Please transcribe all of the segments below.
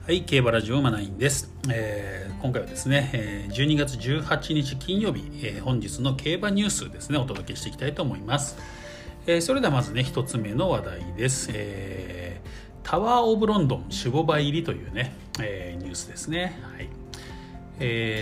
はい、競馬ラジオマナインです。今回はですね、12月18日金曜日、本日の競馬ニュースですね、お届けしていきたいと思います。それではまずね、一つ目の話題です。タワーオブロンドン種牡馬入りというね、ニュースですね。はい。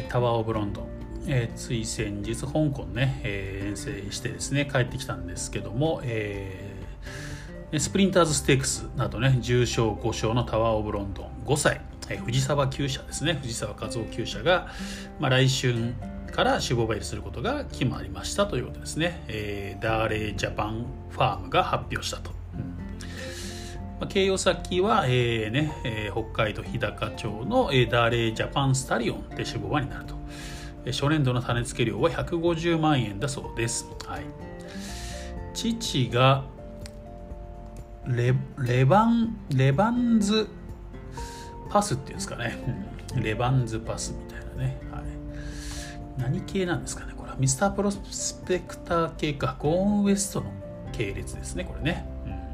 タワーオブロンドン、つい先日香港ね、遠征してですね、帰ってきたんですけども、スプリンターズステークスなどね、10勝5勝のタワーオブロンドン5歳、藤沢厩舎ですね、藤沢和夫厩舎が、来春から種牡馬入りすることが決まりましたということですね。ダーレージャパンファームが発表したと。掲揚先は、北海道日高町の、ダーレージャパンスタリオンで種牡馬になると。初年度の種付け料は150万円だそうです。はい、父がレバンズパスっていうんですかね、レバンズパスみたいなね、はい、何系なんですかね、これはミスタープロスペクター系か、ゴーンウエストの系列ですね、これね、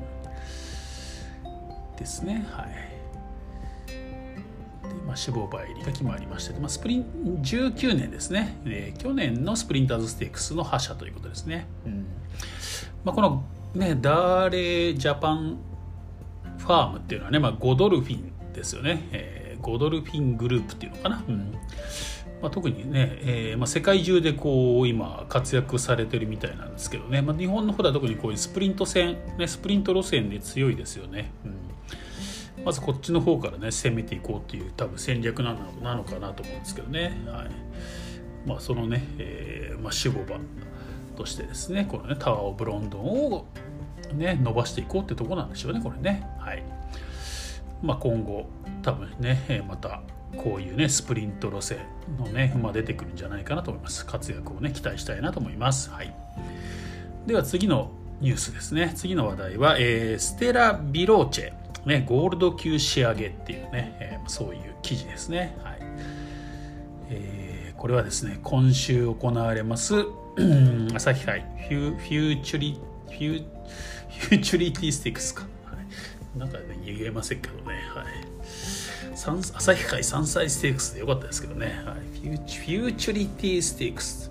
ですね。はい。で、種牡馬入りが決まりまして、スプリン19年ですね、去年のスプリンターズステークスの覇者ということですね。このダーレージャパンファームっていうのはね、ゴドルフィンですよね、ゴドルフィングループっていうのかな、特にね、世界中でこう今活躍されてるみたいなんですけどね、日本の方では特にこういうスプリント戦、スプリント路線で強いですよね。まずこっちの方からね攻めていこうっていう多分戦略なのかなと思うんですけどね。はい。そのね、種牡馬としてですね、このねタワーオブロンドンをね伸ばしていこうってところなんでしょうね、これね。はい。今後多分ねまたこういうねスプリント路線のね馬出てくるんじゃないかなと思います。活躍をね期待したいなと思います。はい。では次のニュースですね。次の話題は、ステラ・ビローチェ、ね、ゴールド級仕上げっていうね、そういう記事ですね。はい。これはですね、今週行われます朝日杯フューチュリティステークスか、はい、なんかね言えませんけどね、はい、朝日杯3歳ステークスでよかったですけどね、はい、フューチュリティステークス、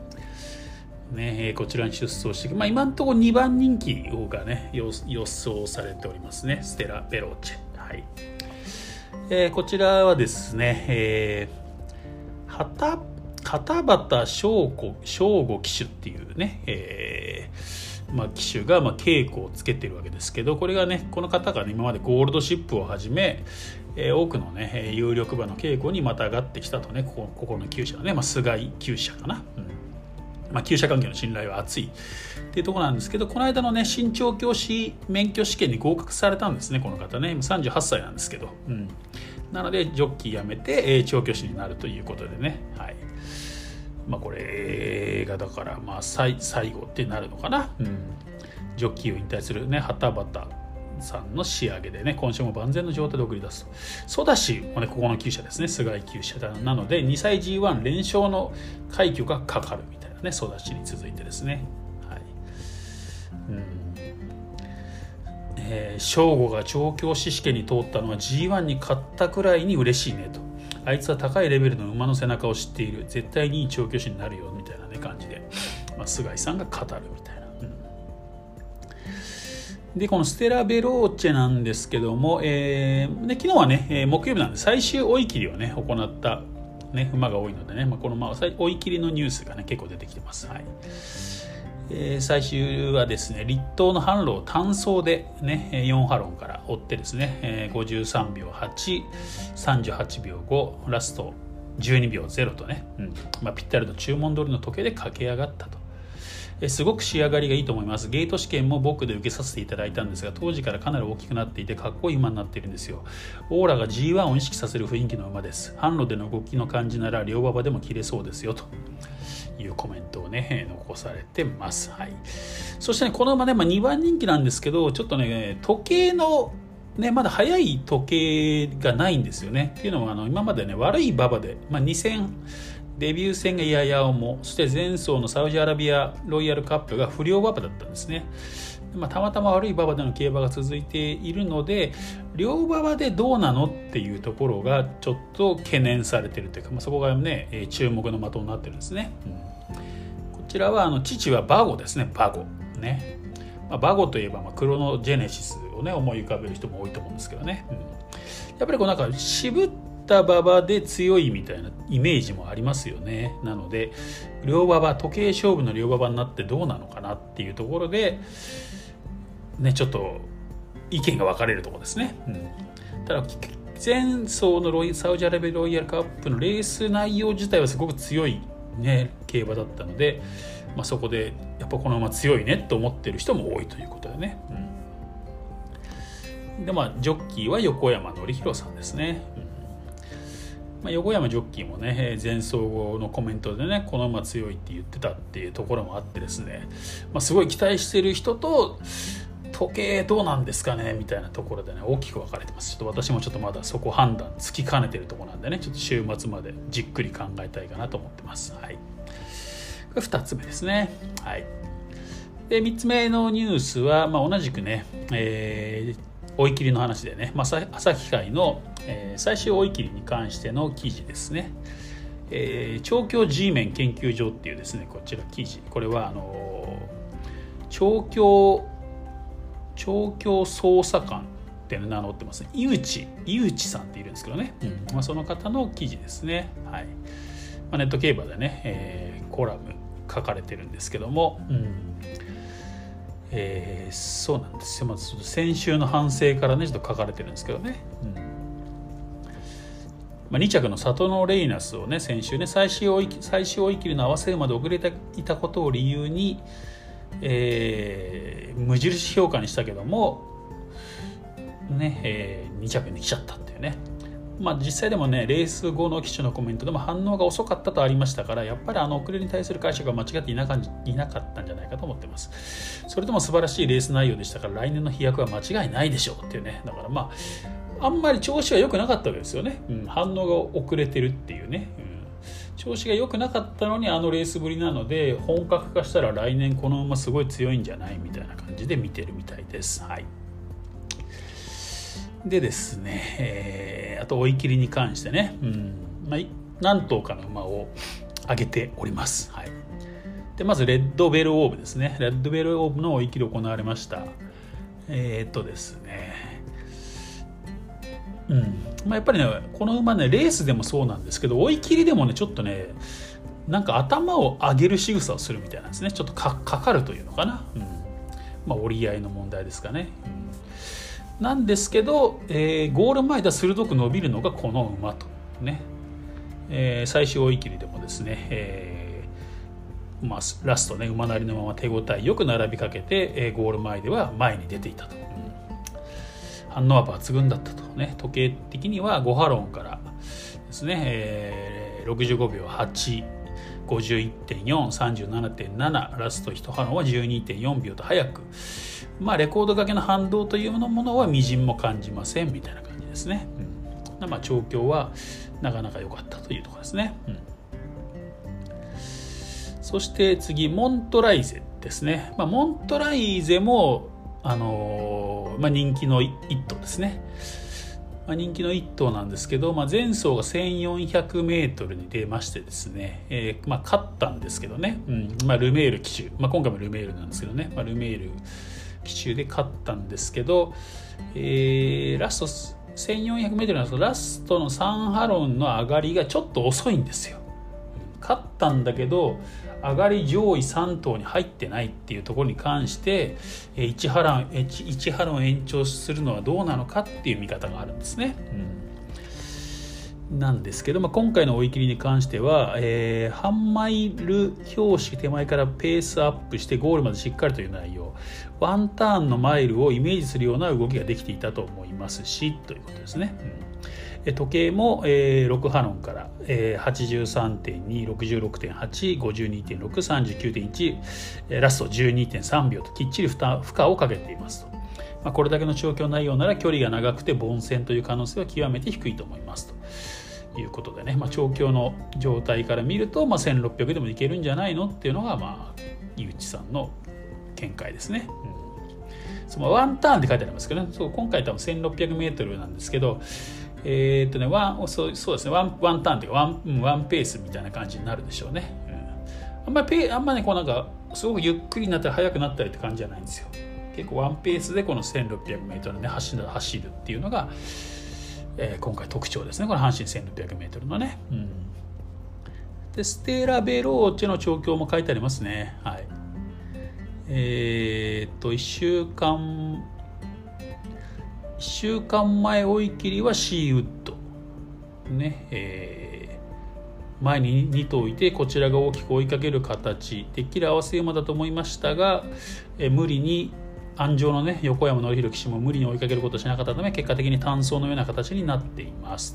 こちらに出走して、今のところ2番人気がね予想されておりますね。ステラ・ベローチェ、はい。こちらはですね、片畑翔吾騎手っていうね、騎手が稽古をつけてるわけですけど、これがねこの方が、ね、今までゴールドシップをはじめ、多くのね有力馬の稽古にまたがってきたとね、ここの厩舎のね、菅井厩舎かな、厩舎関係の信頼は厚いっていうところなんですけど、この間のね新調教師免許試験に合格されたんですね、この方ね。38歳なんですけど、なのでジョッキー辞めて、調教師になるということでね。はい。これがだから最後ってなるのかな、ジョッキーを引退するね畑畑さんの仕上げでね、今週も万全の状態で送り出すと。ソダシもねここの厩舎ですね、菅井厩舎なので2歳 G1 連勝の快挙がかかるみたいなね、ソダシに続いてですね。はい。正吾が調教師試験に通ったのは G1 に勝ったくらいに嬉しいねと。あいつは高いレベルの馬の背中を知っている、絶対にいい調教師になるよみたいな、ね、感じで、菅井さんが語るみたいな。でこのステラ・ベローチェなんですけども、で昨日はね、木曜日なんで最終追い切りをね行った、ね、馬が多いのでね、この追い切りのニュースがね結構出てきてます。はい。最終はですね、立東の阪路を単走で、ね、4ハロンから追ってですね、53秒8、38秒5、ラスト12秒0とね、ぴったりと注文通りの時計で駆け上がったと。すごく仕上がりがいいと思います。ゲート試験も僕で受けさせていただいたんですが、当時からかなり大きくなっていてかっこいい馬になっているんですよ。オーラが G1 を意識させる雰囲気の馬です。販路での動きの感じなら両馬場でも切れそうですよというコメントをね残されてます。はい。そしてねこの馬ね、2番人気なんですけど、ちょっとね時計のねまだ速い時計がないんですよね。っていうのは今までね悪い馬場で、2戦デビュー戦がやや重、そして前走のサウジアラビアロイヤルカップが不良馬場だったんですね。 たまたま悪い馬場での競馬が続いているので、両馬場でどうなのっていうところがちょっと懸念されているというか、そこがね注目の的になってるんですね。こちらは父は馬ゴですね。馬ゴね。馬ゴといえばクロノジェネシスをね思い浮かべる人も多いと思うんですけどね。やっぱりなんか渋った馬場で強いみたいなイメージもありますよね。なので両馬場、時計勝負の両馬場になってどうなのかなっていうところでね、ちょっと意見が分かれるところですね。ただ前走のサウジアラビアロイヤルカップのレース内容自体はすごく強いね競馬だったので、そこでやっぱこの馬強いねと思ってる人も多いということでね。でジョッキーは横山典弘さんですね。横山ジョッキーもね前走後のコメントでねこの馬強いって言ってたっていうところもあってですね、すごい期待してる人と時計どうなんですかねみたいなところでね大きく分かれてます。ちょっと私もちょっとまだそこ判断つきかねてるところなんでね、ちょっと週末までじっくり考えたいかなと思ってます。これ2つ目ですね。で3つ目のニュースは、同じくね、追い切りの話でね、朝日杯の、最終追い切りに関しての記事ですね。調教 G メン研究所っていうですねこちら記事、これは調教捜査官って名乗ってますね。井内さんっているんですけどね、その方の記事ですね。ネット競馬でね、コラム書かれてるんですけども、そうなんですよ。まず先週の反省からねちょっと書かれてるんですけどね、2着のサトノレイナスをね先週ね最終追い切りの合わせ馬で遅れていたことを理由に、無印評価にしたけどもね、2着に来ちゃったっていうね。実際でもねレース後の騎手のコメントでも反応が遅かったとありましたから、やっぱり遅れに対する解釈が間違っていなかったんじゃないかと思ってます。それでも素晴らしいレース内容でしたから、来年の飛躍は間違いないでしょうっていうね。だからあんまり調子が良くなかったわけですよね、反応が遅れてるっていうね、調子が良くなかったのにレースぶりなので、本格化したら来年この馬すごい強いんじゃないみたいな感じで見てるみたいです。でですね、あと追い切りに関してね、何頭かの馬を挙げております。でまずレッドベルオーブですね。レッドベルオーブの追い切り行われました。ですね、やっぱりねこの馬ねレースでもそうなんですけど、追い切りでもねちょっとねなんか頭を上げる仕草をするみたいなんですね。ちょっとかかるというのかな、折り合いの問題ですかね。なんですけど、ゴール前では鋭く伸びるのがこの馬とね、最終追い切りでもですね、ラストね馬なりのまま手応えよく並びかけて、ゴール前では前に出ていたと、反応は抜群だったとね。時計的には5ハロンからですね、65秒8、51.4、37.7、ラスト1ハロンは 12.4 秒と早く、レコード掛けの反動というものはみじんも感じませんみたいな感じですね。調教はなかなか良かったというところですね。そして次モントライゼですね。モントライゼも人気の一頭ですね。人気の一頭なんですけど、前走が 1400m に出ましてですね、勝ったんですけどね、ルメール騎手、今回もルメールなんですけどね、ルメール騎手で勝ったんですけど、ラスト 1400m なんですけど、ラストの3ハロンの上がりがちょっと遅いんですよ。勝ったんだけど上がり上位3頭に入ってないっていうところに関して1ハロン延長するのはどうなのかっていう見方があるんですね。なんですけど、今回の追い切りに関しては、半マイル標識手前からペースアップしてゴールまでしっかりという内容、ワンターンのマイルをイメージするような動きができていたと思いますしということですね。時計も6ハロンから 83.2、66.8、52.6、39.1、ラスト 12.3 秒ときっちり負荷をかけていますと。これだけの調教内容なら距離が長くて凡戦という可能性は極めて低いと思いますということでね、調教の状態から見ると、1600でもいけるんじゃないのっていうのが井内さんの見解ですね。 ワンターンって書いてありますけどね、そう今回多分 1600m なんですけど、そうですね、ワンターンっていうかワンペースみたいな感じになるでしょうね。あんまねこうなんかすごくゆっくりになったり速くなったりって感じじゃないんですよ。結構ワンペースでこの 1600m ね走るっていうのが、今回特徴ですね、この阪神 1600m のね。でステラベローチェの調教も書いてありますね。はい。1週間前追い切りはシーウッドね、前に2頭いてこちらが大きく追いかける形できる合わせ馬だと思いましたが、無理に安城のね横山典弘騎手も無理に追いかけることをしなかったため結果的に単走のような形になっていますと。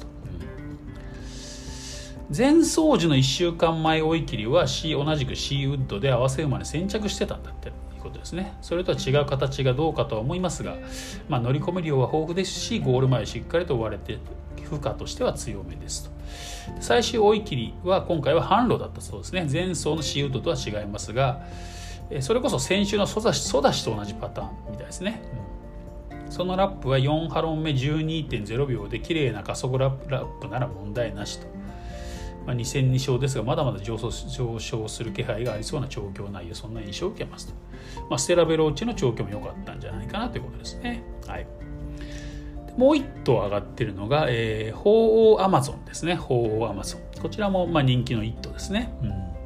前走時の1週間前追い切りは同じくシーウッドで合わせ馬に先着してたんだっていうことですね。それとは違う形がどうかとは思いますが、乗り込み量は豊富ですしゴール前しっかりと追われて負荷としては強めですと。最終追い切りは今回は販路だったそうですね。前走のシーウッドとは違いますが、それこそ先週のソダシと同じパターンみたいですね。そのラップは4ハロン目 12.0 秒で綺麗な加速ラップなら問題なしと。2戦2勝ですがまだまだ上昇する気配がありそうな調教内容、そんな印象を受けますと。ステラベローチェの調教も良かったんじゃないかなということですね。はい。もう1頭上がっているのが、鳳凰アマゾンですね。鳳凰アマゾン、こちらも人気の1頭ですね。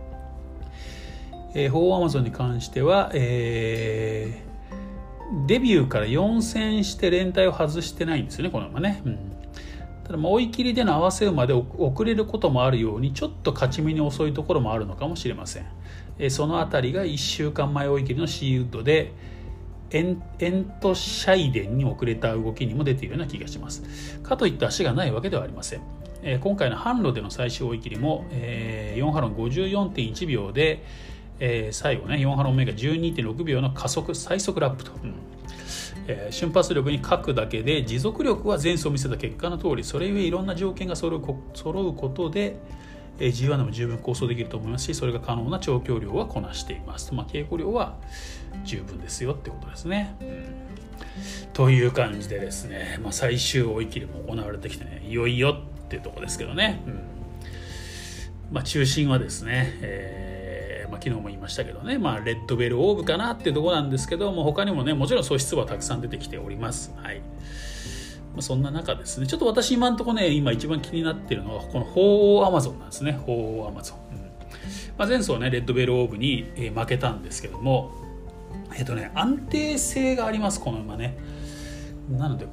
鳳凰アマゾンに関しては、デビューから4戦して連帯を外してないんですよね、この馬ね。ただ追い切りでの合わせ馬で遅れることもあるようにちょっと勝ち目に遅いところもあるのかもしれません。そのあたりが1週間前追い切りのシーウッドでエントシャイデンに遅れた動きにも出ているような気がします。かといって足がないわけではありません。今回の販路での最終追い切りも、4ハロン 54.1 秒で、最後ね4ハロン目が 12.6 秒の最速ラップと。瞬発力に書くだけで持続力は前走見せた結果の通り、それゆえいろんな条件が揃うことで G1 でも十分構想できると思いますし、それが可能な調教量はこなしていますと。稽古量は十分ですよってことですね。という感じでですね、最終追い切りも行われてきてね、いよいよっていうところですけどね。中心はですね、昨日も言いましたけどね、レッドベルオーブかなっていうところなんですけども、他にもねもちろん素質はたくさん出てきております。はい。そんな中ですね、ちょっと私今のところね今一番気になっているのはこの鳳凰アマゾンなんですね。鳳凰アマゾン、前走ねレッドベルオーブに負けたんですけども、安定性がありますこの馬ね。なので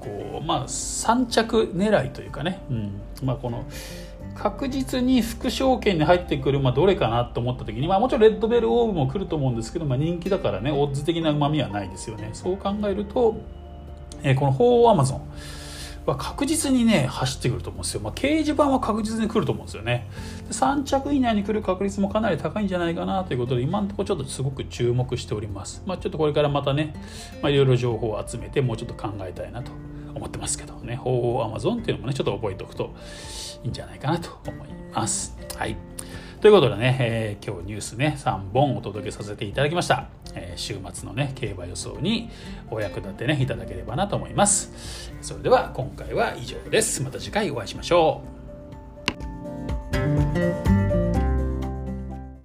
3着狙いというかね、この確実に副賞圏に入ってくる馬どれかなと思った時に、もちろんレッドベルオーブも来ると思うんですけど、人気だからねオッズ的な旨味はないですよね。そう考えると、この鳳凰アマゾンは確実にね走ってくると思うんですよ。掲示板は確実に来ると思うんですよね。3着以内に来る確率もかなり高いんじゃないかなということで、今のところちょっとすごく注目しております。ちょっとこれからまたね、いろいろ情報を集めてもうちょっと考えたいなと思ってますけどね。鳳凰アマゾンっていうのもねちょっと覚えておくといいんじゃないかなと思います。はい。ということでね、今日ニュースね3本お届けさせていただきました。週末のね競馬予想にお役立てねいただければなと思います。それでは今回は以上です。また次回お会いしましょう。